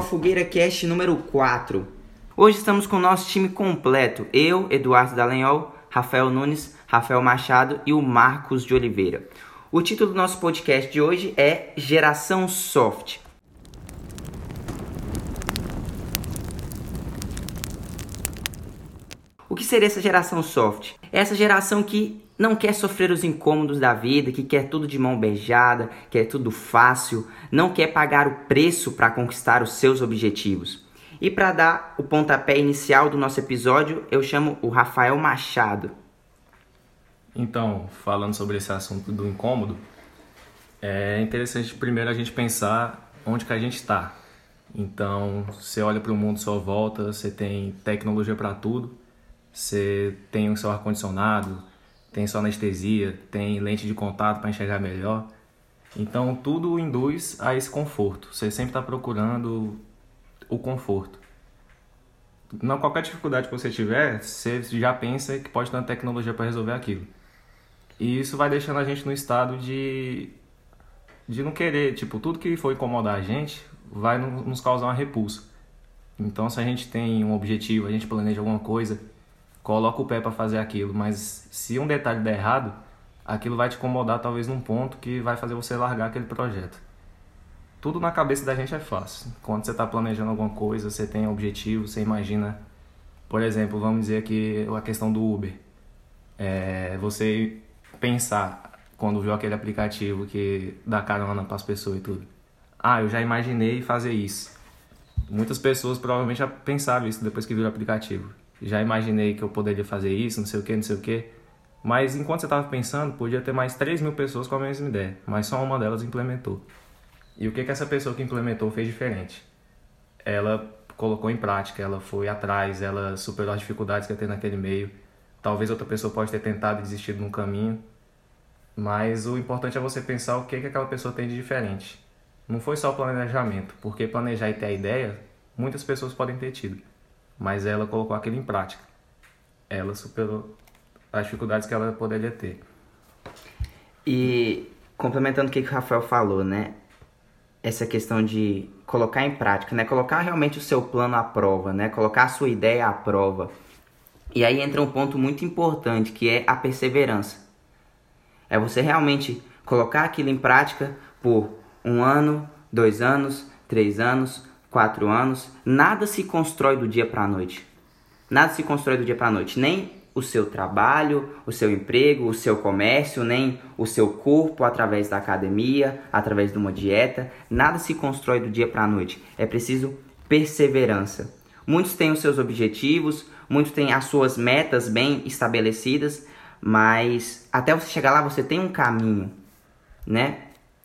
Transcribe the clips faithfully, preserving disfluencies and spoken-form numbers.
Fogueira Cast número quatro. Hoje estamos com o nosso time completo. Eu, Eduardo Dallagnol, Rafael Nunes, Rafael Machado e o Marcos de Oliveira. O título do nosso podcast de hoje é Geração Soft. O que seria essa geração soft? É essa geração que não quer sofrer os incômodos da vida, que quer tudo de mão beijada, quer tudo fácil, não quer pagar o preço para conquistar os seus objetivos. E para dar o pontapé inicial do nosso episódio, eu chamo o Rafael Machado. Então, falando sobre esse assunto do incômodo, é interessante primeiro a gente pensar onde que a gente está. Então, você olha para o mundo à sua volta, você tem tecnologia para tudo, você tem o seu ar-condicionado, tem sua anestesia, tem lente de contato para enxergar melhor. Então, tudo induz a esse conforto. Você sempre está procurando o conforto. Não, qualquer dificuldade que você tiver, você já pensa que pode ter uma tecnologia para resolver aquilo. E isso vai deixando a gente no estado de, de não querer. Tipo, tudo que for incomodar a gente vai nos causar uma repulsa. Então, se a gente tem um objetivo, a gente planeja alguma coisa, coloca o pé para fazer aquilo, mas se um detalhe der errado, aquilo vai te incomodar talvez num ponto que vai fazer você largar aquele projeto. Tudo na cabeça da gente é fácil. Quando você está planejando alguma coisa, você tem um objetivo, você imagina, por exemplo, vamos dizer aqui a questão do Uber. É, você pensar, quando viu aquele aplicativo que dá carona para as pessoas e tudo. Ah, eu já imaginei fazer isso. Muitas pessoas provavelmente já pensaram isso depois que viram o aplicativo. Já imaginei que eu poderia fazer isso, não sei o que, não sei o que. Mas enquanto você estava pensando, podia ter mais três mil pessoas com a mesma ideia. Mas só uma delas implementou. E o que, que essa pessoa que implementou fez diferente? Ela colocou em prática, ela foi atrás, ela superou as dificuldades que ia ter naquele meio. Talvez outra pessoa pode ter tentado e desistido no caminho. Mas o importante é você pensar o que, que aquela pessoa tem de diferente. Não foi só o planejamento, porque planejar e ter a ideia, muitas pessoas podem ter tido. Mas ela colocou aquilo em prática. Ela superou as dificuldades que ela poderia ter. E complementando o que o Rafael falou, né? Essa questão de colocar em prática, né? Colocar realmente o seu plano à prova, né? Colocar a sua ideia à prova. E aí entra um ponto muito importante, que é a perseverança. É você realmente colocar aquilo em prática por um ano, dois anos, três anos, quatro anos. Nada se constrói do dia para a noite. Nada se constrói do dia para a noite. Nem o seu trabalho, o seu emprego, o seu comércio, nem o seu corpo através da academia, através de uma dieta. Nada se constrói do dia para a noite. É preciso perseverança. Muitos têm os seus objetivos, muitos têm as suas metas bem estabelecidas, mas até você chegar lá você tem um caminho, né?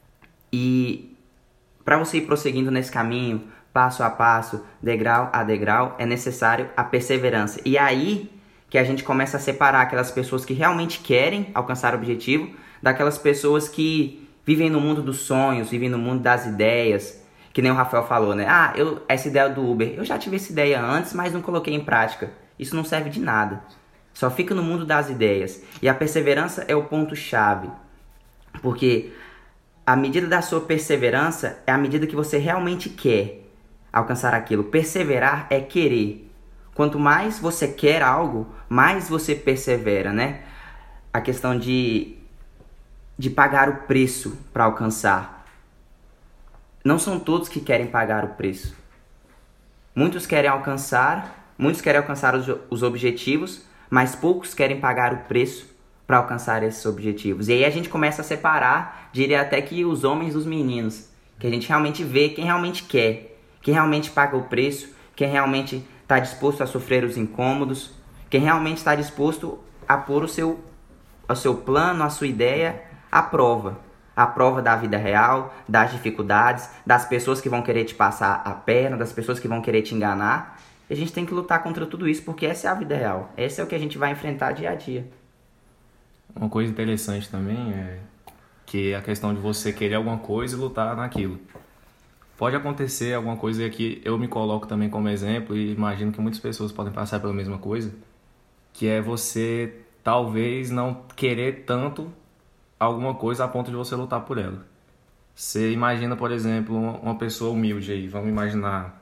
E para você ir prosseguindo nesse caminho, passo a passo, degrau a degrau, é necessário a perseverança. E aí que a gente começa a separar aquelas pessoas que realmente querem alcançar o objetivo daquelas pessoas que vivem no mundo dos sonhos, vivem no mundo das ideias, que nem o Rafael falou, né? Ah, eu, essa ideia do Uber, eu já tive essa ideia antes, mas não coloquei em prática. Isso não serve de nada. Só fica no mundo das ideias. E a perseverança é o ponto-chave. Porque a medida da sua perseverança é a medida que você realmente quer alcançar aquilo. Perseverar é querer. Quanto mais você quer algo, mais você persevera, né? A questão de, de pagar o preço para alcançar. Não são todos que querem pagar o preço. Muitos querem alcançar, muitos querem alcançar os, os objetivos, mas poucos querem pagar o preço para alcançar esses objetivos. E aí a gente começa a separar, diria até que os homens dos meninos, que a gente realmente vê quem realmente quer, quem realmente paga o preço, quem realmente está disposto a sofrer os incômodos, quem realmente está disposto a pôr o seu, o seu plano, a sua ideia à prova. À prova da vida real, das dificuldades, das pessoas que vão querer te passar a perna, das pessoas que vão querer te enganar. E a gente tem que lutar contra tudo isso, porque essa é a vida real. Esse é o que a gente vai enfrentar dia a dia. Uma coisa interessante também é que a questão de você querer alguma coisa e lutar naquilo. Pode acontecer alguma coisa que eu me coloco também como exemplo e imagino que muitas pessoas podem passar pela mesma coisa, que é você talvez não querer tanto alguma coisa a ponto de você lutar por ela. Você imagina, por exemplo, uma pessoa humilde aí, vamos imaginar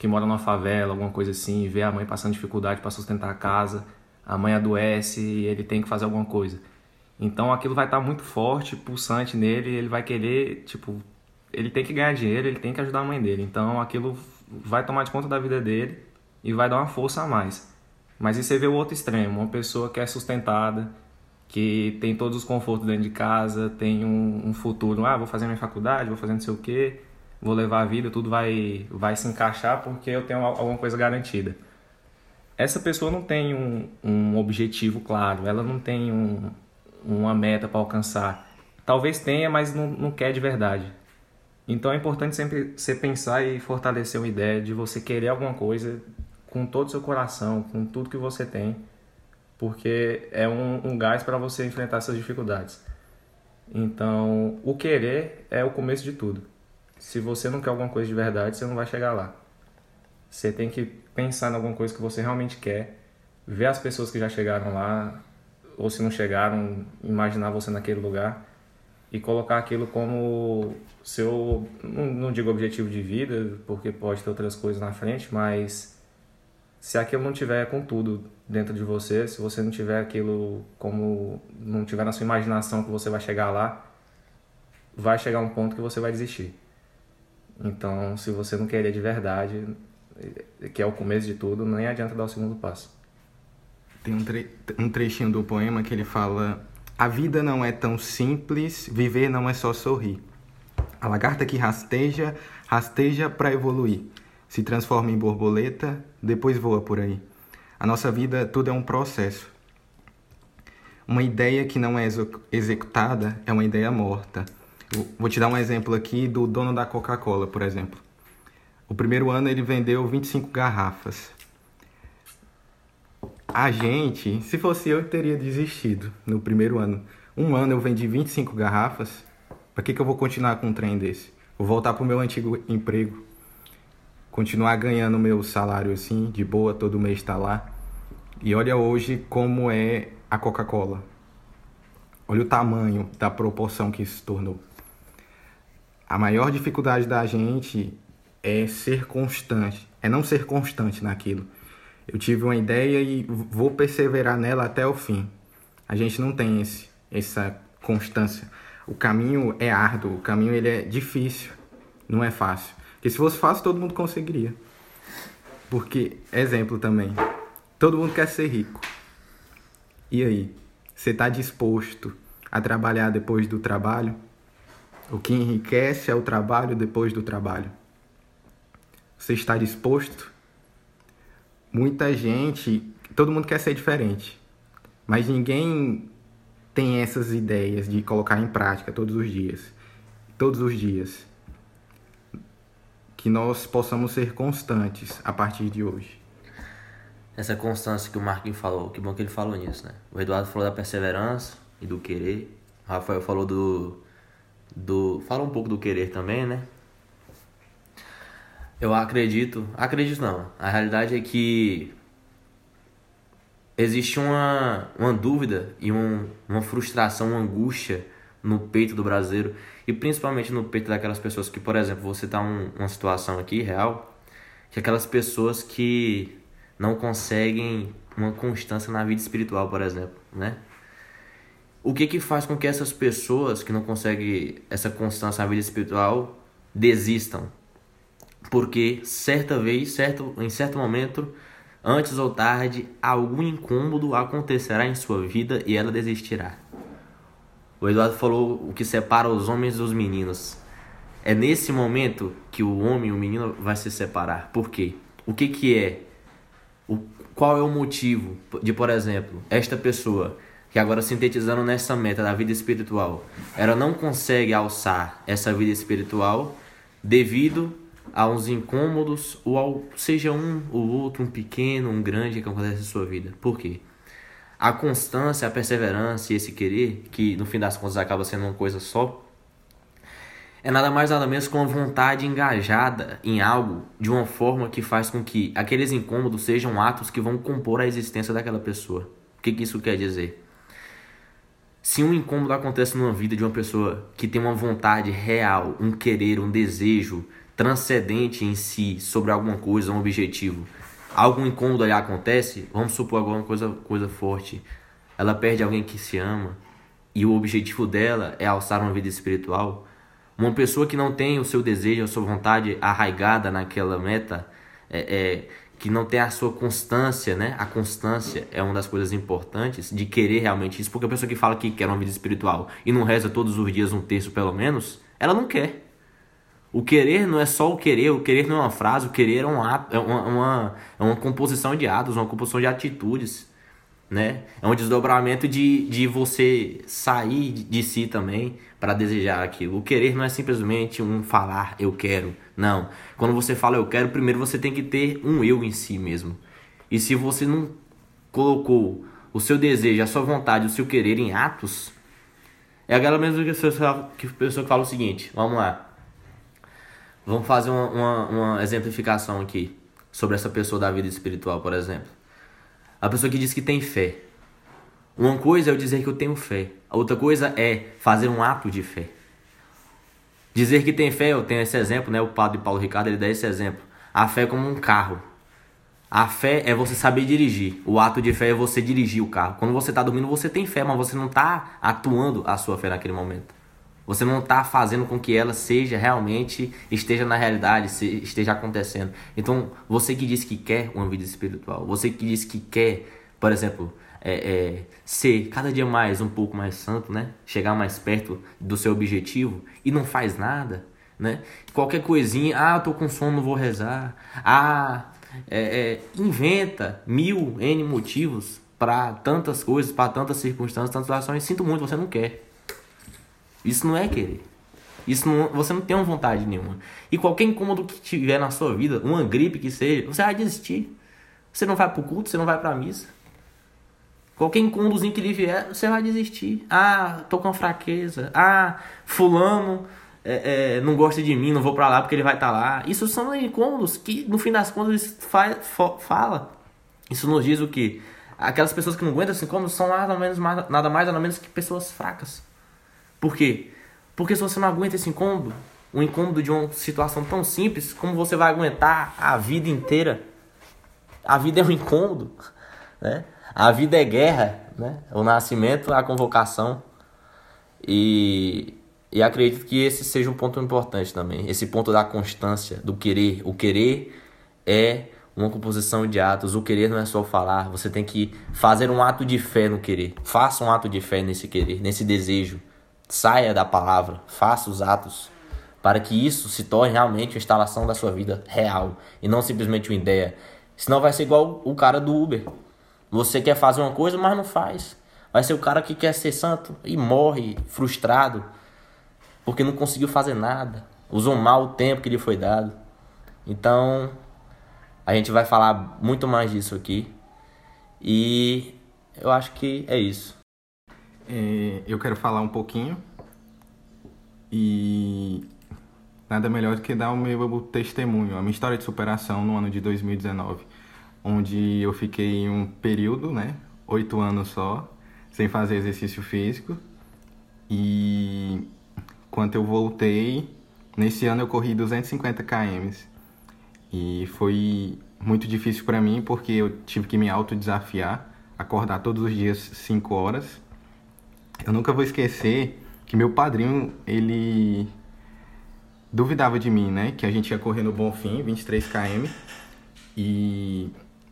que mora numa favela, alguma coisa assim, e vê a mãe passando dificuldade para sustentar a casa, a mãe adoece e ele tem que fazer alguma coisa. Então aquilo vai estar muito forte, pulsante nele, ele vai querer, tipo, ele tem que ganhar dinheiro, ele tem que ajudar a mãe dele. Então aquilo vai tomar de conta da vida dele e vai dar uma força a mais. Mas e você vê o outro extremo, uma pessoa que é sustentada, que tem todos os confortos dentro de casa, tem um, um futuro, ah, vou fazer minha faculdade, vou fazer não sei o quê, vou levar a vida, tudo vai, vai se encaixar porque eu tenho alguma coisa garantida. Essa pessoa não tem um, um objetivo claro, ela não tem um, uma meta para alcançar. Talvez tenha, mas não, não quer de verdade. Então é importante sempre você pensar e fortalecer uma ideia de você querer alguma coisa com todo o seu coração, com tudo que você tem, porque é um, um gás para você enfrentar essas dificuldades. Então, o querer é o começo de tudo. Se você não quer alguma coisa de verdade, você não vai chegar lá. Você tem que pensar em alguma coisa que você realmente quer, ver as pessoas que já chegaram lá, ou se não chegaram, imaginar você naquele lugar e colocar aquilo como seu, não, não digo objetivo de vida, porque pode ter outras coisas na frente, mas se aquilo não tiver com tudo dentro de você, se você não tiver aquilo como, não tiver na sua imaginação que você vai chegar lá, vai chegar um ponto que você vai desistir. Então, se você não querer de verdade, que é o começo de tudo, nem adianta dar o segundo passo. Tem um, tre- um trechinho do poema que ele fala: a vida não é tão simples, viver não é só sorrir. A lagarta que rasteja, rasteja para evoluir. Se transforma em borboleta, depois voa por aí. A nossa vida, tudo é um processo. Uma ideia que não é executada é uma ideia morta. Eu vou te dar um exemplo aqui do dono da Coca-Cola, por exemplo. O primeiro ano ele vendeu vinte e cinco garrafas. A gente, se fosse eu, teria desistido no primeiro ano. Um ano eu vendi vinte e cinco garrafas. Para que, que eu vou continuar com um trem desse? Vou voltar para o meu antigo emprego. Continuar ganhando meu salário assim, de boa, todo mês está lá. E olha hoje como é a Coca-Cola. Olha o tamanho da proporção que isso se tornou. A maior dificuldade da gente é ser constante, é não ser constante naquilo. Eu tive uma ideia e vou perseverar nela até o fim. A gente não tem esse, essa constância. O caminho é árduo, o caminho ele é difícil, não é fácil. Porque se fosse fácil, todo mundo conseguiria. Porque, exemplo também, todo mundo quer ser rico. E aí? Você está disposto a trabalhar depois do trabalho? O que enriquece é o trabalho depois do trabalho. Você está disposto? Muita gente, todo mundo quer ser diferente. Mas ninguém tem essas ideias de colocar em prática todos os dias. Todos os dias. Que nós possamos ser constantes a partir de hoje. Essa constância que o Marquinhos falou, que bom que ele falou nisso, né? O Eduardo falou da perseverança e do querer. O Rafael falou do... do fala um pouco do querer também, né? Eu acredito... Acredito não. A realidade é que existe uma, uma dúvida e um, uma frustração, uma angústia no peito do brasileiro e principalmente no peito daquelas pessoas que, por exemplo, vou citar um, uma situação aqui real, que aquelas pessoas que não conseguem uma constância na vida espiritual, por exemplo, né? O que que faz com que essas pessoas que não conseguem essa constância na vida espiritual desistam? Porque certa vez, certo, em certo momento, antes ou tarde, algum incômodo acontecerá em sua vida e ela desistirá. O Eduardo falou o que separa os homens dos meninos. É nesse momento que o homem e o menino vai se separar. Por quê? O que que é? O, qual é o motivo de, por exemplo, esta pessoa que agora sintetizando nessa meta da vida espiritual, ela não consegue alçar essa vida espiritual devido a uns incômodos ou ao, seja um ou outro, um pequeno, um grande que acontece na sua vida. Por quê? A constância, a perseverança e esse querer, que no fim das contas acaba sendo uma coisa só, é nada mais nada menos que uma vontade engajada em algo de uma forma que faz com que aqueles incômodos sejam atos que vão compor a existência daquela pessoa. O que que isso quer dizer? Se um incômodo acontece numa vida de uma pessoa que tem uma vontade real, um querer, um desejo transcendente em si, sobre alguma coisa, um objetivo, algum incômodo ali acontece, vamos supor alguma coisa, coisa forte, ela perde alguém que se ama, e o objetivo dela é alçar uma vida espiritual, uma pessoa que não tem o seu desejo, a sua vontade arraigada naquela meta, é, é, que não tem a sua constância, né? A constância é uma das coisas importantes de querer realmente isso, porque a pessoa que fala que quer uma vida espiritual e não reza todos os dias um terço pelo menos, ela não quer. O querer não é só o querer, o querer não é uma frase, o querer é, um ato, é, uma, uma, é uma composição de atos, uma composição de atitudes, né? É um desdobramento de, de você sair de, de si também para desejar aquilo. O querer não é simplesmente um falar eu quero, não. Quando você fala eu quero, primeiro você tem que ter um eu em si mesmo. E se você não colocou o seu desejo, a sua vontade, o seu querer em atos, é aquela mesma pessoa que, pessoa que fala o seguinte, vamos lá. Vamos fazer uma, uma, uma exemplificação aqui sobre essa pessoa da vida espiritual, por exemplo. A pessoa que diz que tem fé. Uma coisa é eu dizer que eu tenho fé. A outra coisa é fazer um ato de fé. Dizer que tem fé, eu tenho esse exemplo, né? O padre Paulo Ricardo, ele dá esse exemplo. A fé é como um carro. A fé é você saber dirigir. O ato de fé é você dirigir o carro. Quando você está dormindo, você tem fé, mas você não está atuando a sua fé naquele momento. Você não está fazendo com que ela seja realmente, esteja na realidade, esteja acontecendo. Então, você que diz que quer uma vida espiritual, você que diz que quer, por exemplo, é, é, ser cada dia mais um pouco mais santo, né? Chegar mais perto do seu objetivo e não faz nada, né? Qualquer coisinha, ah, eu tô com sono, não vou rezar. Ah, é, é, inventa mil N motivos para tantas coisas, para tantas circunstâncias, tantas situações. Sinto muito, você não quer. Isso não é querer. Isso não, você não tem uma vontade nenhuma. E qualquer incômodo que tiver na sua vida, uma gripe que seja, você vai desistir. Você não vai pro culto, você não vai pra missa. Qualquer incômodozinho que lhe vier, você vai desistir. Ah, tô com fraqueza. Ah, fulano é, é, não gosta de mim, não vou pra lá porque ele vai estar tá lá. Isso são incômodos que, no fim das contas, isso fa, fa, fala. Isso nos diz o quê? Aquelas pessoas que não aguentam esses incômodos são nada, menos, nada mais nada menos que pessoas fracas. Por quê? Porque se você não aguenta esse incômodo, um incômodo de uma situação tão simples, como você vai aguentar a vida inteira? A vida é um incômodo, né? A vida é guerra, né? O nascimento, a convocação. E, e acredito que esse seja um ponto importante também. Esse ponto da constância, do querer. O querer é uma composição de atos. O querer não é só falar. Você tem que fazer um ato de fé no querer. Faça um ato de fé nesse querer, nesse desejo. Saia da palavra, faça os atos, para que isso se torne realmente uma instalação da sua vida real, e não simplesmente uma ideia. Senão vai ser igual o cara do Uber. Você quer fazer uma coisa, mas não faz. Vai ser o cara que quer ser santo e morre frustrado, porque não conseguiu fazer nada. Usou mal o tempo que lhe foi dado. Então, a gente vai falar muito mais disso aqui. E eu acho que é isso. É, eu quero falar um pouquinho e nada melhor do que dar o meu testemunho, a minha história de superação no ano de dois mil e dezenove, onde eu fiquei um período, né, oito anos só, sem fazer exercício físico, e quando eu voltei, nesse ano eu corri duzentos e cinquenta quilômetros, e foi muito difícil para mim porque eu tive que me autodesafiar, acordar todos os dias cinco horas. Eu nunca vou esquecer que meu padrinho, ele duvidava de mim, né? Que a gente ia correr no Bonfim, vinte e três quilômetros. E...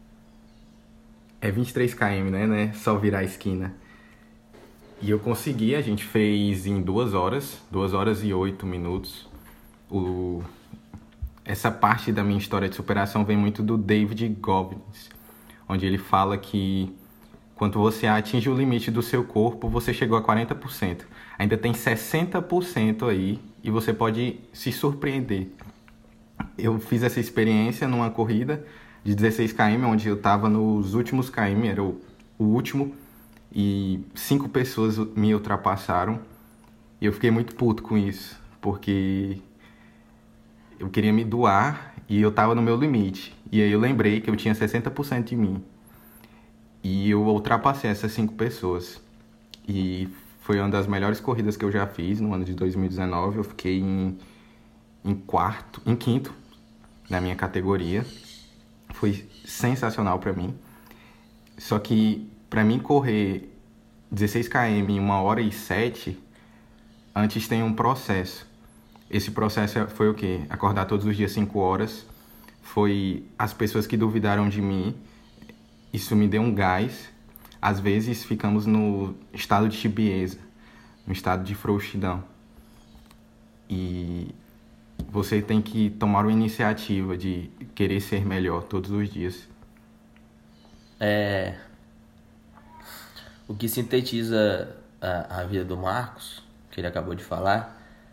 é vinte e três quilômetros, né? né? Só virar a esquina. E eu consegui, a gente fez em duas horas, duas horas e oito minutos. O... Essa parte da minha história de superação vem muito do David Goggins, onde ele fala que quando você atinge o limite do seu corpo, você chegou a quarenta por cento. Ainda tem sessenta por cento aí e você pode se surpreender. Eu fiz essa experiência numa corrida de dezesseis quilômetros, onde eu estava nos últimos quilômetros, era o, o último, e cinco pessoas me ultrapassaram. E eu fiquei muito puto com isso, porque eu queria me doar e eu estava no meu limite. E aí eu lembrei que eu tinha sessenta por cento de mim. E eu ultrapassei essas cinco pessoas. E foi uma das melhores corridas que eu já fiz no ano de dois mil e dezenove. Eu fiquei em, em quarto, em quinto na minha categoria. Foi sensacional para mim. Só que para mim correr dezesseis quilômetros em uma hora e sete, antes tem um processo. Esse processo foi o quê? Acordar todos os dias cinco horas. Foi as pessoas que duvidaram de mim. Isso me deu um gás. Às vezes ficamos no estado de tibieza, no estado de frouxidão. E você tem que tomar uma iniciativa de querer ser melhor todos os dias. É... O que sintetiza a, a vida do Marcos, que ele acabou de falar,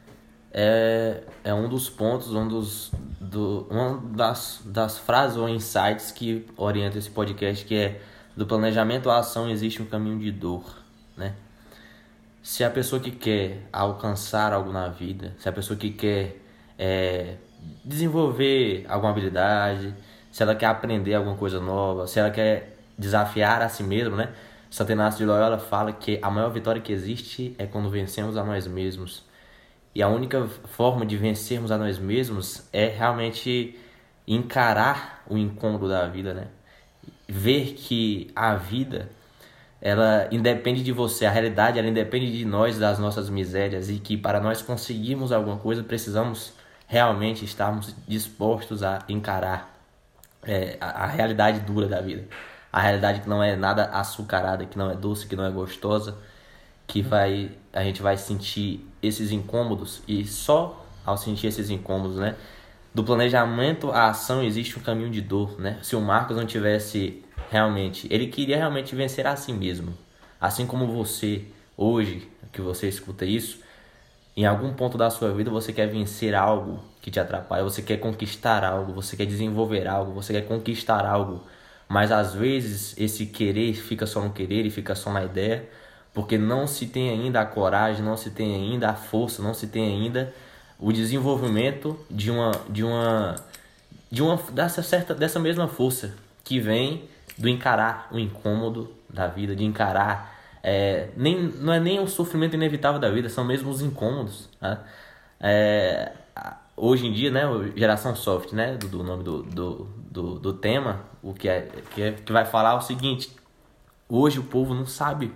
é, é um dos pontos, um dos, do, uma das, das frases ou insights que orienta esse podcast, que é: do planejamento à ação existe um caminho de dor, né? Se a pessoa que quer alcançar algo na vida, se a pessoa que quer é, desenvolver alguma habilidade, se ela quer aprender alguma coisa nova, se ela quer desafiar a si mesma, né? Santo Inácio de Loyola fala que a maior vitória que existe é quando vencemos a nós mesmos. E a única forma de vencermos a nós mesmos é realmente encarar o incômodo da vida, né? Ver que a vida, ela independe de você, a realidade ela independe de nós, das nossas misérias, e que para nós conseguirmos alguma coisa precisamos realmente estarmos dispostos a encarar é, a, a realidade dura da vida, a realidade que não é nada açucarada, que não é doce, que não é gostosa, que vai, a gente vai sentir esses incômodos, e só ao sentir esses incômodos, né, do planejamento à ação existe um caminho de dor, né? Se o Marcos não tivesse realmente, ele queria realmente vencer a si mesmo, assim como você hoje, que você escuta isso, em algum ponto da sua vida você quer vencer algo que te atrapalha, você quer conquistar algo, você quer desenvolver algo, você quer conquistar algo, mas às vezes esse querer fica só no querer e fica só na ideia, porque não se tem ainda a coragem, não se tem ainda a força, não se tem ainda o desenvolvimento de uma de uma de uma dessa certa dessa mesma força que vem do encarar o incômodo da vida, de encarar é, nem não é nem o sofrimento inevitável da vida, são mesmo os incômodos, tá? É, hoje em dia, né, geração soft, né, do, do nome do, do, do, do tema, o que é, que é que vai falar o seguinte: hoje o povo não sabe.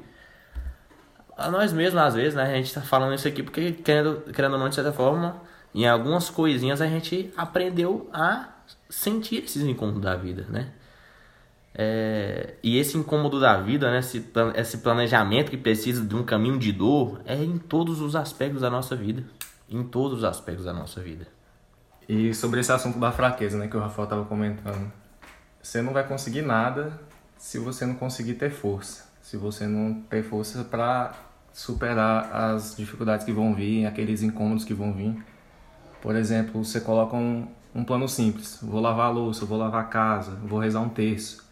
A nós mesmos, às vezes, né, a gente tá falando isso aqui porque, querendo, querendo ou não, de certa forma, em algumas coisinhas a gente aprendeu a sentir esses incômodos da vida, né? É, e esse incômodo da vida, né, esse, esse planejamento que precisa de um caminho de dor, é em todos os aspectos da nossa vida. Em todos os aspectos da nossa vida. E sobre esse assunto da fraqueza, né, que o Rafael estava comentando, você não vai conseguir nada se você não conseguir ter força. Se você não ter força para superar as dificuldades que vão vir, aqueles incômodos que vão vir. Por exemplo, você coloca um, um plano simples: vou lavar a louça, vou lavar a casa, vou rezar um terço.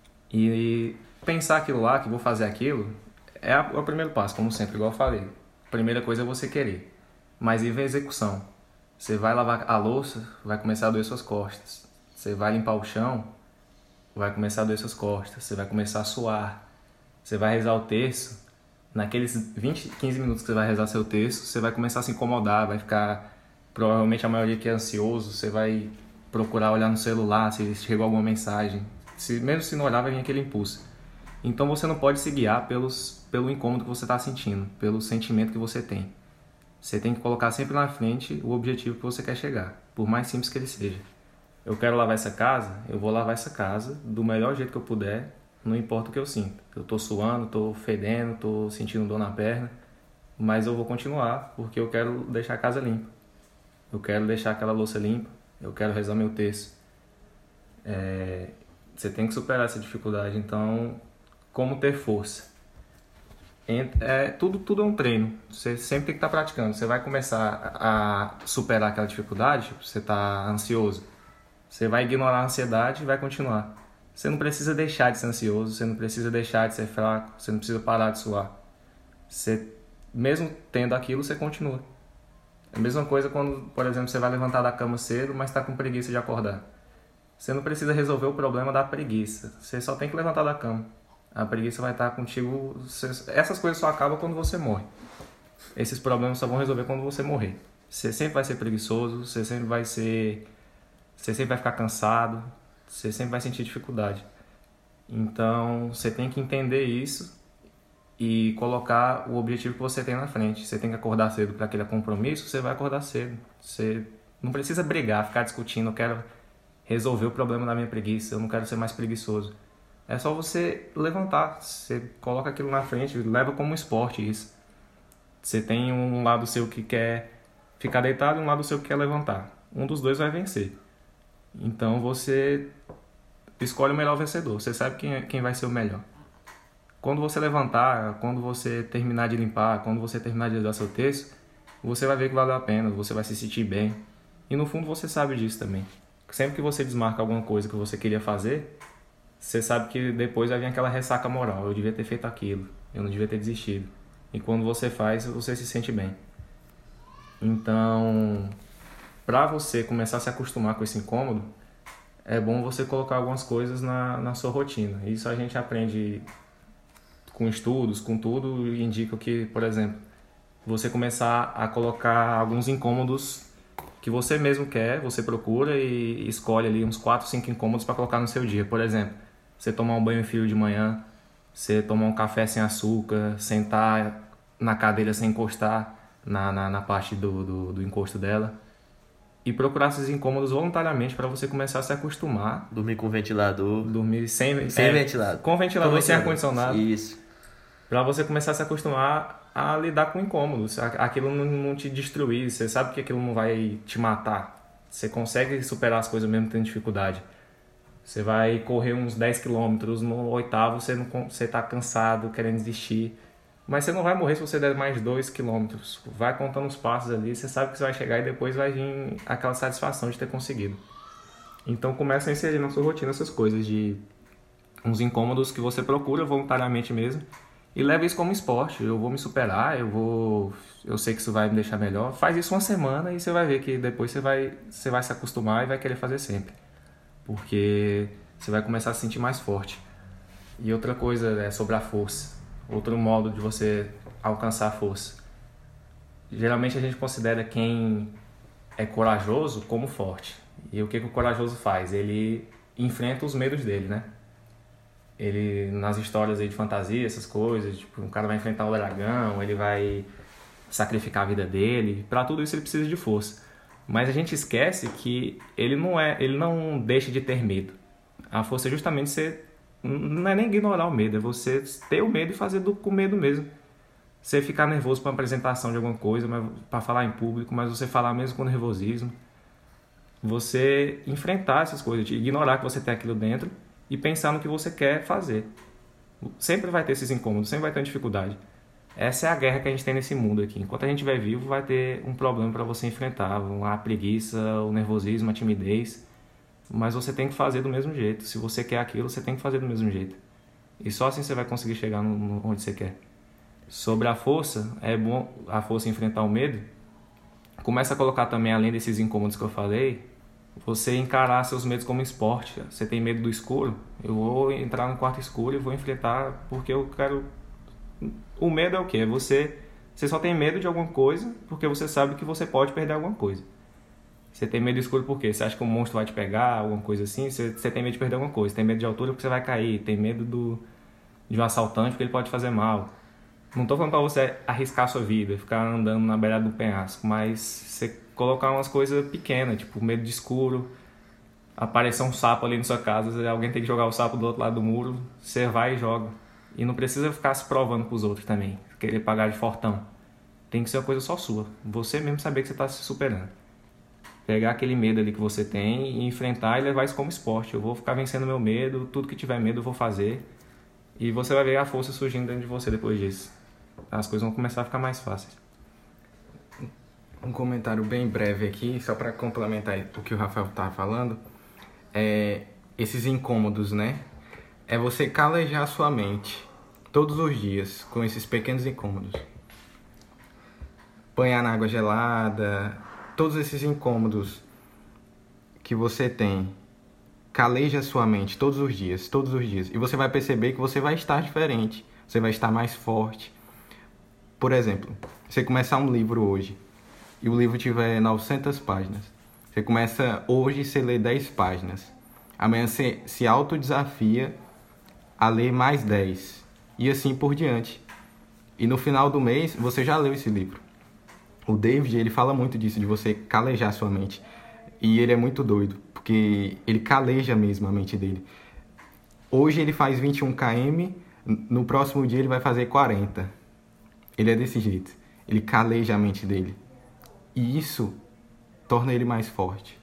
E pensar aquilo lá, que vou fazer aquilo, é, a, é o primeiro passo, como sempre, igual eu falei. A primeira coisa é você querer, mas e ver a execução. Você vai lavar a louça, vai começar a doer suas costas. Você vai limpar o chão, vai começar a doer suas costas. Você vai começar a suar. Você vai rezar o terço. Naqueles vinte, quinze minutos que você vai rezar seu terço, você vai começar a se incomodar, vai ficar, provavelmente a maioria que é ansioso, você vai procurar olhar no celular se chegou alguma mensagem. Se, mesmo se não olhar, vai vir aquele impulso. Então você não pode se guiar pelos, pelo incômodo que você está sentindo, pelo sentimento que você tem. Você tem que colocar sempre na frente o objetivo que você quer chegar, por mais simples que ele seja. Eu quero lavar essa casa, eu vou lavar essa casa do melhor jeito que eu puder, não importa o que eu sinto. Eu tô suando, tô fedendo, tô sentindo dor na perna, mas eu vou continuar porque eu quero deixar a casa limpa. Eu quero deixar aquela louça limpa, eu quero rezar meu terço. É, você tem que superar essa dificuldade, então, como ter força? É, tudo, tudo é um treino, você sempre tem que estar praticando. Você vai começar a superar aquela dificuldade, tipo, você está ansioso, você vai ignorar a ansiedade e vai continuar. Você não precisa deixar de ser ansioso, você não precisa deixar de ser fraco, você não precisa parar de suar. Você, mesmo tendo aquilo, você continua. É a mesma coisa quando, por exemplo, você vai levantar da cama cedo, mas está com preguiça de acordar. Você não precisa resolver o problema da preguiça, você só tem que levantar da cama. A preguiça vai estar contigo. Essas coisas só acabam quando você morre. Esses problemas só vão resolver quando você morrer. Você sempre vai ser preguiçoso, você sempre vai ser... Você sempre vai ficar cansado, você sempre vai sentir dificuldade. Então, você tem que entender isso e colocar o objetivo que você tem na frente. Você tem que acordar cedo para aquele compromisso, você vai acordar cedo. Você não precisa brigar, ficar discutindo, eu quero resolver o problema da minha preguiça, eu não quero ser mais preguiçoso. É só você levantar, você coloca aquilo na frente, leva como um esporte isso. Você tem um lado seu que quer ficar deitado e um lado seu que quer levantar. Um dos dois vai vencer. Então você escolhe o melhor vencedor, você sabe quem, quem vai ser o melhor. Quando você levantar, quando você terminar de limpar, quando você terminar de dar seu texto, você vai ver que valeu a pena, você vai se sentir bem. E no fundo você sabe disso também. Sempre que você desmarca alguma coisa que você queria fazer, você sabe que depois vai vir aquela ressaca moral. Eu devia ter feito aquilo, eu não devia ter desistido. E quando você faz, você se sente bem. Então, para você começar a se acostumar com esse incômodo, é bom você colocar algumas coisas na, na sua rotina. Isso a gente aprende com estudos, com tudo, e indica que, por exemplo, você começar a colocar alguns incômodos que você mesmo quer, você procura e escolhe ali uns quatro, cinco incômodos para colocar no seu dia. Por exemplo, você tomar um banho frio de manhã, você tomar um café sem açúcar, sentar na cadeira sem encostar na, na, na parte do, do, do encosto dela. E procurar esses incômodos voluntariamente para você começar a se acostumar. Dormir com ventilador. Dormir sem, sem é, ventilador. Com ventilador, com sem ar-condicionado. Isso. Para você começar a se acostumar a lidar com incômodos. Aquilo não, não te destruir. Você sabe que aquilo não vai te matar. Você consegue superar as coisas mesmo tendo dificuldade. Você vai correr uns dez quilômetros, no oitavo você, não, você tá cansado, querendo desistir. Mas você não vai morrer se você der mais dois quilômetros. Vai contando os passos ali, você sabe que você vai chegar e depois vai vir aquela satisfação de ter conseguido. Então começa a inserir na sua rotina essas coisas de uns incômodos que você procura voluntariamente mesmo e leva isso como esporte. Eu vou me superar, eu vou, eu sei que isso vai me deixar melhor. Faz isso uma semana e você vai ver que depois você vai, você vai se acostumar e vai querer fazer sempre. Porque você vai começar a se sentir mais forte. E outra coisa é sobre a força. Outro modo de você alcançar a força. Geralmente a gente considera quem é corajoso como forte. E o que, que o corajoso faz? Ele enfrenta os medos dele, né? Ele, nas histórias aí de fantasia, essas coisas, tipo, um cara vai enfrentar o dragão, ele vai sacrificar a vida dele. Para tudo isso ele precisa de força. Mas a gente esquece que ele não é, ele não deixa de ter medo. A força é justamente ser, não é nem ignorar o medo, é você ter o medo e fazer do, com medo mesmo. Você ficar nervoso para uma apresentação de alguma coisa, para falar em público, mas você falar mesmo com nervosismo. Você enfrentar essas coisas, ignorar que você tem aquilo dentro e pensar no que você quer fazer. Sempre vai ter esses incômodos, sempre vai ter uma dificuldade. Essa é a guerra que a gente tem nesse mundo aqui. Enquanto a gente estiver vivo, vai ter um problema para você enfrentar. A preguiça, o nervosismo, a timidez. Mas você tem que fazer do mesmo jeito. Se você quer aquilo, você tem que fazer do mesmo jeito. E só assim você vai conseguir chegar no, no, onde você quer. Sobre a força, é bom a força enfrentar o medo. Começa a colocar também, além desses incômodos que eu falei, você encarar seus medos como esporte. Você tem medo do escuro? Eu vou entrar no quarto escuro e vou enfrentar porque eu quero... O medo é o quê? Você, você só tem medo de alguma coisa porque você sabe que você pode perder alguma coisa. Você tem medo do escuro por quê? Você acha que um monstro vai te pegar, alguma coisa assim? Você, você tem medo de perder alguma coisa. Você tem medo de altura porque você vai cair. Tem medo do, de um assaltante porque ele pode fazer mal. Não estou falando para você arriscar a sua vida, ficar andando na beirada do penhasco, mas você colocar umas coisas pequenas, tipo medo de escuro, aparecer um sapo ali na sua casa, alguém tem que jogar o sapo do outro lado do muro, você vai e joga. E não precisa ficar se provando para os outros também, querer pagar de fortão. Tem que ser uma coisa só sua. Você mesmo saber que você está se superando. Pegar aquele medo ali que você tem e enfrentar e levar isso como esporte. Eu vou ficar vencendo meu medo, tudo que tiver medo eu vou fazer. E você vai ver a força surgindo dentro de você depois disso. As coisas vão começar a ficar mais fáceis. Um comentário bem breve aqui, só para complementar o que o Rafael estava falando. É, esses incômodos, né? É você calejar a sua mente todos os dias com esses pequenos incômodos. Banhar na água gelada, todos esses incômodos que você tem, caleja a sua mente todos os dias, todos os dias. E você vai perceber que você vai estar diferente, você vai estar mais forte. Por exemplo, você começar um livro hoje, e o livro tiver novecentas páginas. Você começa hoje, você lê dez páginas. Amanhã você se autodesafia a ler mais dez. E assim por diante. E no final do mês, você já leu esse livro. O David, ele fala muito disso, de você calejar sua mente. E ele é muito doido, porque ele caleja mesmo a mente dele. Hoje ele faz vinte e um quilômetros, no próximo dia ele vai fazer quarenta. Ele é desse jeito. Ele caleja a mente dele. E isso torna ele mais forte.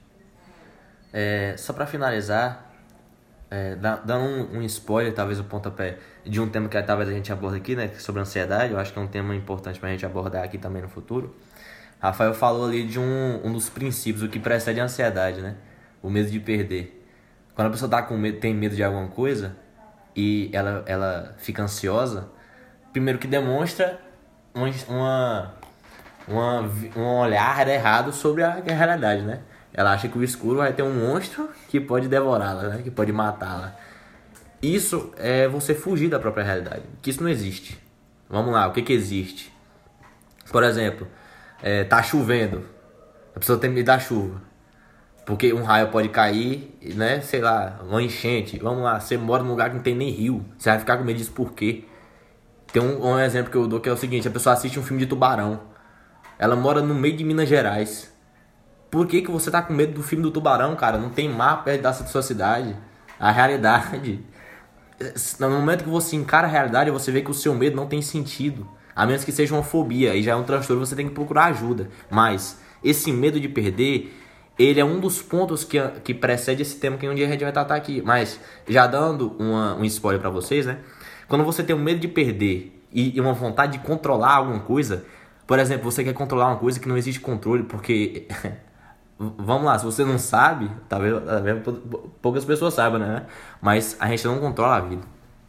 É, só pra finalizar, é, dando um, um spoiler, talvez o pontapé, de um tema que talvez a gente aborde aqui, né, sobre ansiedade, eu acho que é um tema importante pra gente abordar aqui também no futuro. Rafael falou ali de um, um dos princípios, o que precede a ansiedade, né? O medo de perder. Quando a pessoa tá com medo, tem medo de alguma coisa e ela, ela fica ansiosa, primeiro que demonstra uma, uma, uma, um olhar errado sobre a realidade, né? Ela acha que o escuro vai ter um monstro que pode devorá-la, né? Que pode matá-la. Isso é você fugir da própria realidade, que isso não existe. Vamos lá, o que que existe? Por exemplo, é, tá chovendo, a pessoa tem medo da chuva, porque um raio pode cair, né? Sei lá, uma enchente. Vamos lá, você mora num lugar que não tem nem rio, você vai ficar com medo disso por quê? Tem um, um exemplo que eu dou que é o seguinte: a pessoa assiste um filme de tubarão, ela mora no meio de Minas Gerais. Por que que você tá com medo do filme do tubarão, cara? Não tem mar perto da sua cidade. A realidade, no momento que você encara a realidade, você vê que o seu medo não tem sentido, a menos que seja uma fobia, aí já é um transtorno, você tem que procurar ajuda. Mas esse medo de perder, ele é um dos pontos que, que precede esse tema que um dia a gente vai tratar aqui. Mas já dando uma, um spoiler pra vocês, né? Quando você tem um medo de perder e, e uma vontade de controlar alguma coisa, por exemplo, você quer controlar uma coisa que não existe controle, porque vamos lá, se você não sabe, talvez, talvez poucas pessoas saibam, né? Mas a gente não controla a vida.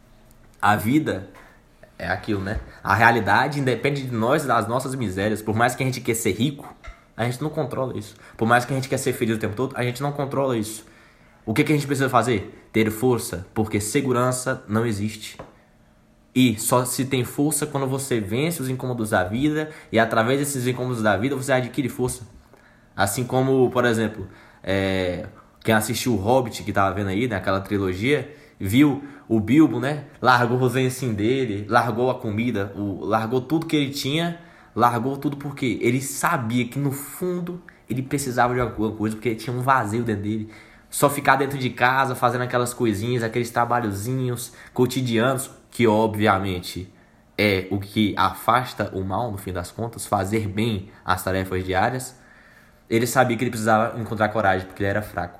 A vida é aquilo, né? A realidade independe de nós e das nossas misérias. Por mais que a gente quer ser rico, a gente não controla isso. Por mais que a gente quer ser feliz o tempo todo, a gente não controla isso. O que, que a gente precisa fazer? Ter força, porque segurança não existe. E só se tem força quando você vence os incômodos da vida, e através desses incômodos da vida você adquire força. Assim como, por exemplo, é, quem assistiu o Hobbit, que tava vendo aí, né, aquela trilogia, viu o Bilbo, né? Largou o zenzinho dele, largou a comida, o, largou tudo que ele tinha, largou tudo porque ele sabia que no fundo ele precisava de alguma coisa, porque tinha um vazio dentro dele. Só ficar dentro de casa fazendo aquelas coisinhas, aqueles trabalhozinhos cotidianos, que obviamente é o que afasta o mal no fim das contas, fazer bem as tarefas diárias. Ele sabia que ele precisava encontrar coragem, porque ele era fraco.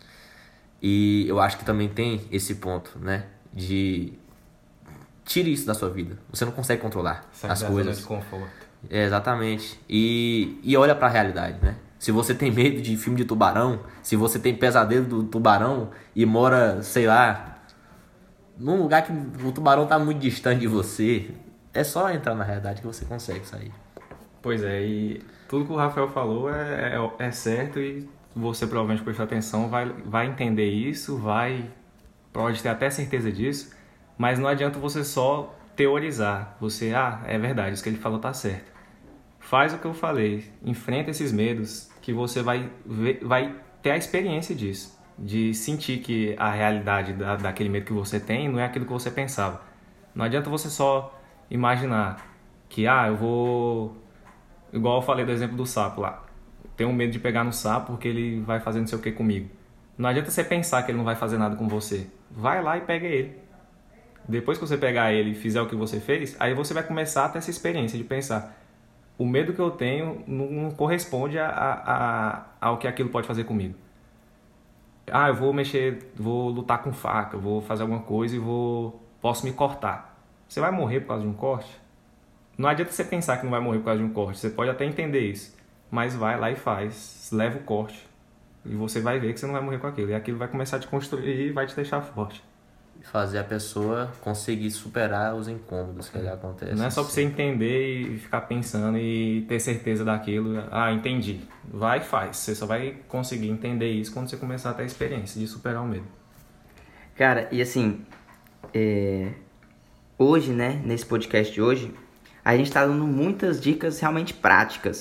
E eu acho que também tem esse ponto, né? De tire isso da sua vida. Você não consegue controlar Sai as da coisas. zona de conforto. É, exatamente. E, e olha pra realidade, né? Se você tem medo de filme de tubarão, se você tem pesadelo do tubarão e mora, sei lá, num lugar que o tubarão tá muito distante de você, é só entrar na realidade que você consegue sair. Pois é, e tudo que o Rafael falou é, é, é certo, e você provavelmente prestar atenção vai, vai entender isso, vai pode ter até certeza disso, mas não adianta você só teorizar. Você, ah, é verdade, isso que ele falou tá certo. Faz o que eu falei, enfrenta esses medos, que você vai, ver, vai ter a experiência disso, de sentir que a realidade da, daquele medo que você tem não é aquilo que você pensava. Não adianta você só imaginar que, ah, eu vou... Igual eu falei do exemplo do sapo lá. Tenho medo de pegar no sapo porque ele vai fazer não sei o que comigo. Não adianta você pensar que ele não vai fazer nada com você. Vai lá e pega ele. Depois que você pegar ele e fizer o que você fez, aí você vai começar a ter essa experiência de pensar: o medo que eu tenho não corresponde a, a, a, ao que aquilo pode fazer comigo. Ah, eu vou mexer, vou lutar com faca, vou fazer alguma coisa e vou, posso me cortar. Você vai morrer por causa de um corte? Não adianta você pensar que não vai morrer por causa de um corte. Você pode até entender isso, mas vai lá e faz, leva o corte. E você vai ver que você não vai morrer com aquilo. E aquilo vai começar a te construir e vai te deixar forte. Fazer a pessoa conseguir superar os incômodos que ali acontecem. Não é só pra você entender e ficar pensando e ter certeza daquilo. Ah, entendi. Vai e faz. Você só vai conseguir entender isso quando você começar a ter a experiência de superar o medo. Cara, e assim, é... hoje, né, nesse podcast de hoje, a gente tá dando muitas dicas realmente práticas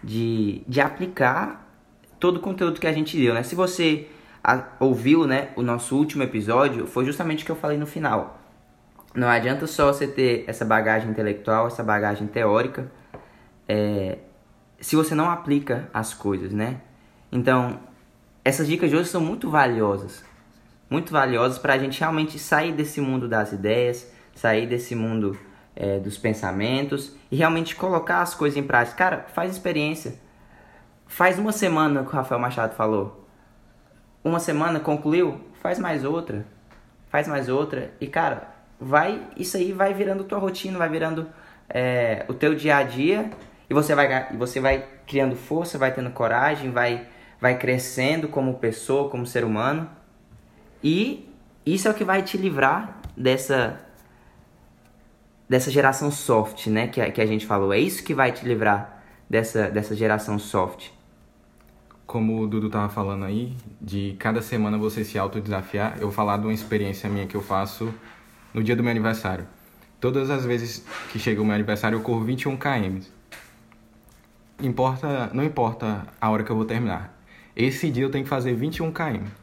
de, de aplicar todo o conteúdo que a gente deu, né? Se você a, ouviu, né, o nosso último episódio, foi justamente o que eu falei no final. Não adianta só você ter essa bagagem intelectual, essa bagagem teórica, é, se você não aplica as coisas, né? Então, essas dicas de hoje são muito valiosas. Muito valiosas para a gente realmente sair desse mundo das ideias, sair desse mundo é, dos pensamentos e realmente colocar as coisas em prática. Cara, faz experiência. Faz uma semana que o Rafael Machado falou. Uma semana, concluiu? Faz mais outra. Faz mais outra. E, cara, vai, isso aí vai virando tua rotina, vai virando é, o teu dia a dia. E você vai, você vai criando força, vai tendo coragem, vai, vai crescendo como pessoa, como ser humano. E isso é o que vai te livrar dessa, dessa geração soft, né? Que a, que a gente falou. É isso que vai te livrar dessa, dessa geração soft. Como o Dudu tava falando aí, de cada semana você se autodesafiar, eu vou falar de uma experiência minha que eu faço no dia do meu aniversário. Todas as vezes que chega o meu aniversário, eu corro vinte e um quilômetros. Importa, não importa a hora que eu vou terminar. Esse dia eu tenho que fazer vinte e um quilômetros.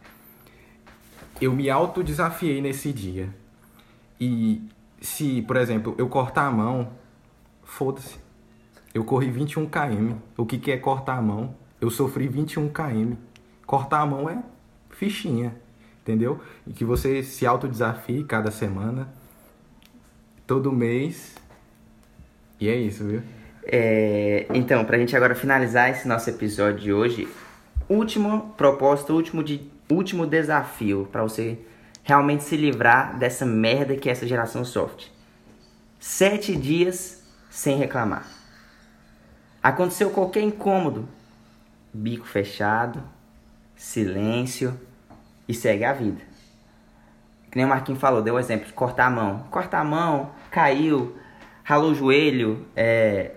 Eu me autodesafiei nesse dia. E se, por exemplo, eu cortar a mão, foda-se. Eu corri vinte e um quilômetros. O que, que é cortar a mão? Eu sofri vinte e um quilômetros. Cortar a mão é fichinha, entendeu? E que você se autodesafie cada semana, todo mês. E é isso, viu? É, então, pra gente agora finalizar esse nosso episódio de hoje, última proposta, último, de, último desafio pra você realmente se livrar dessa merda que é essa geração soft. Sete dias sem reclamar. Aconteceu qualquer incômodo, bico fechado, silêncio e segue a vida. Que nem o Marquinhos falou, deu o exemplo de cortar a mão. Cortar a mão, caiu, ralou o joelho, é,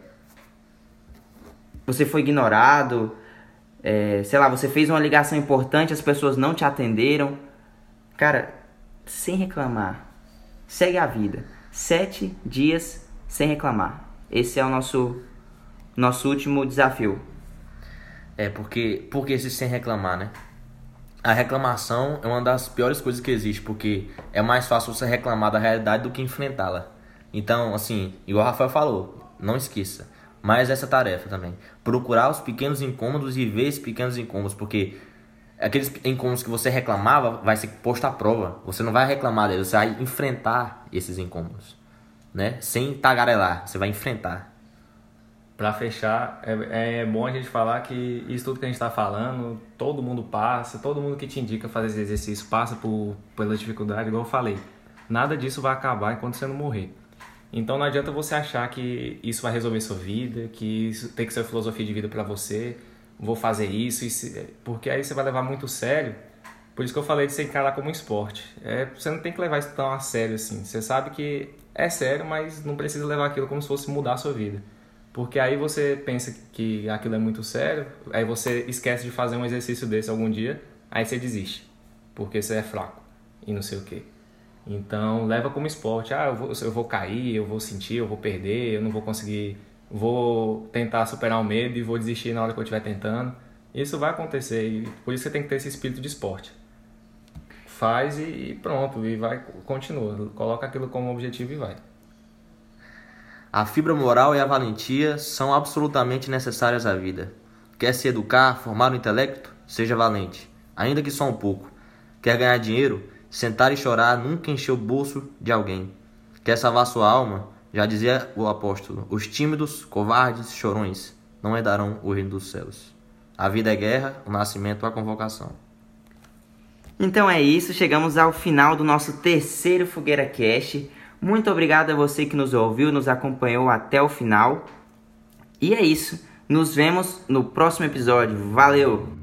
você foi ignorado, é, sei lá, você fez uma ligação importante, as pessoas não te atenderam. Cara, sem reclamar, segue a vida. Sete dias sem reclamar. Esse é o nosso, nosso último desafio. É, porque, porque esse sem reclamar, né? A reclamação é uma das piores coisas que existe, porque é mais fácil você reclamar da realidade do que enfrentá-la. Então, assim, igual o Rafael falou, não esqueça. Mas essa tarefa também. Procurar os pequenos incômodos e ver esses pequenos incômodos, porque aqueles incômodos que você reclamava vai ser posto à prova. Você não vai reclamar deles, você vai enfrentar esses incômodos, né? Sem tagarelar, você vai enfrentar. Para fechar, é, é bom a gente falar que isso tudo que a gente está falando, todo mundo passa, todo mundo que te indica fazer esse exercício passa por, pela dificuldade, igual eu falei. Nada disso vai acabar enquanto você não morrer. Então não adianta você achar que isso vai resolver sua vida, que isso tem que ser filosofia de vida para você, vou fazer isso, isso, porque aí você vai levar muito sério. Por isso que eu falei de você encarar como um esporte. É, você não tem que levar isso tão a sério assim. Você sabe que é sério, mas não precisa levar aquilo como se fosse mudar a sua vida. Porque aí você pensa que aquilo é muito sério, aí você esquece de fazer um exercício desse algum dia, aí você desiste, porque você é fraco e não sei o quê. Então leva como esporte, ah, eu vou, eu vou cair, eu vou sentir, eu vou perder, eu não vou conseguir, vou tentar superar o medo e vou desistir na hora que eu estiver tentando. Isso vai acontecer e por isso você tem que ter esse espírito de esporte. Faz e pronto, e vai, continua, coloca aquilo como objetivo e vai. A fibra moral e a valentia são absolutamente necessárias à vida. Quer se educar, formar o intelecto? Seja valente, ainda que só um pouco. Quer ganhar dinheiro? Sentar e chorar nunca encheu o bolso de alguém. Quer salvar sua alma? Já dizia o apóstolo, os tímidos, covardes, chorões não herdarão o reino dos céus. A vida é guerra, o nascimento a convocação. Então é isso, chegamos ao final do nosso terceiro Fogueira Cast. Muito obrigado a você que nos ouviu, nos acompanhou até o final. E é isso. Nos vemos no próximo episódio. Valeu!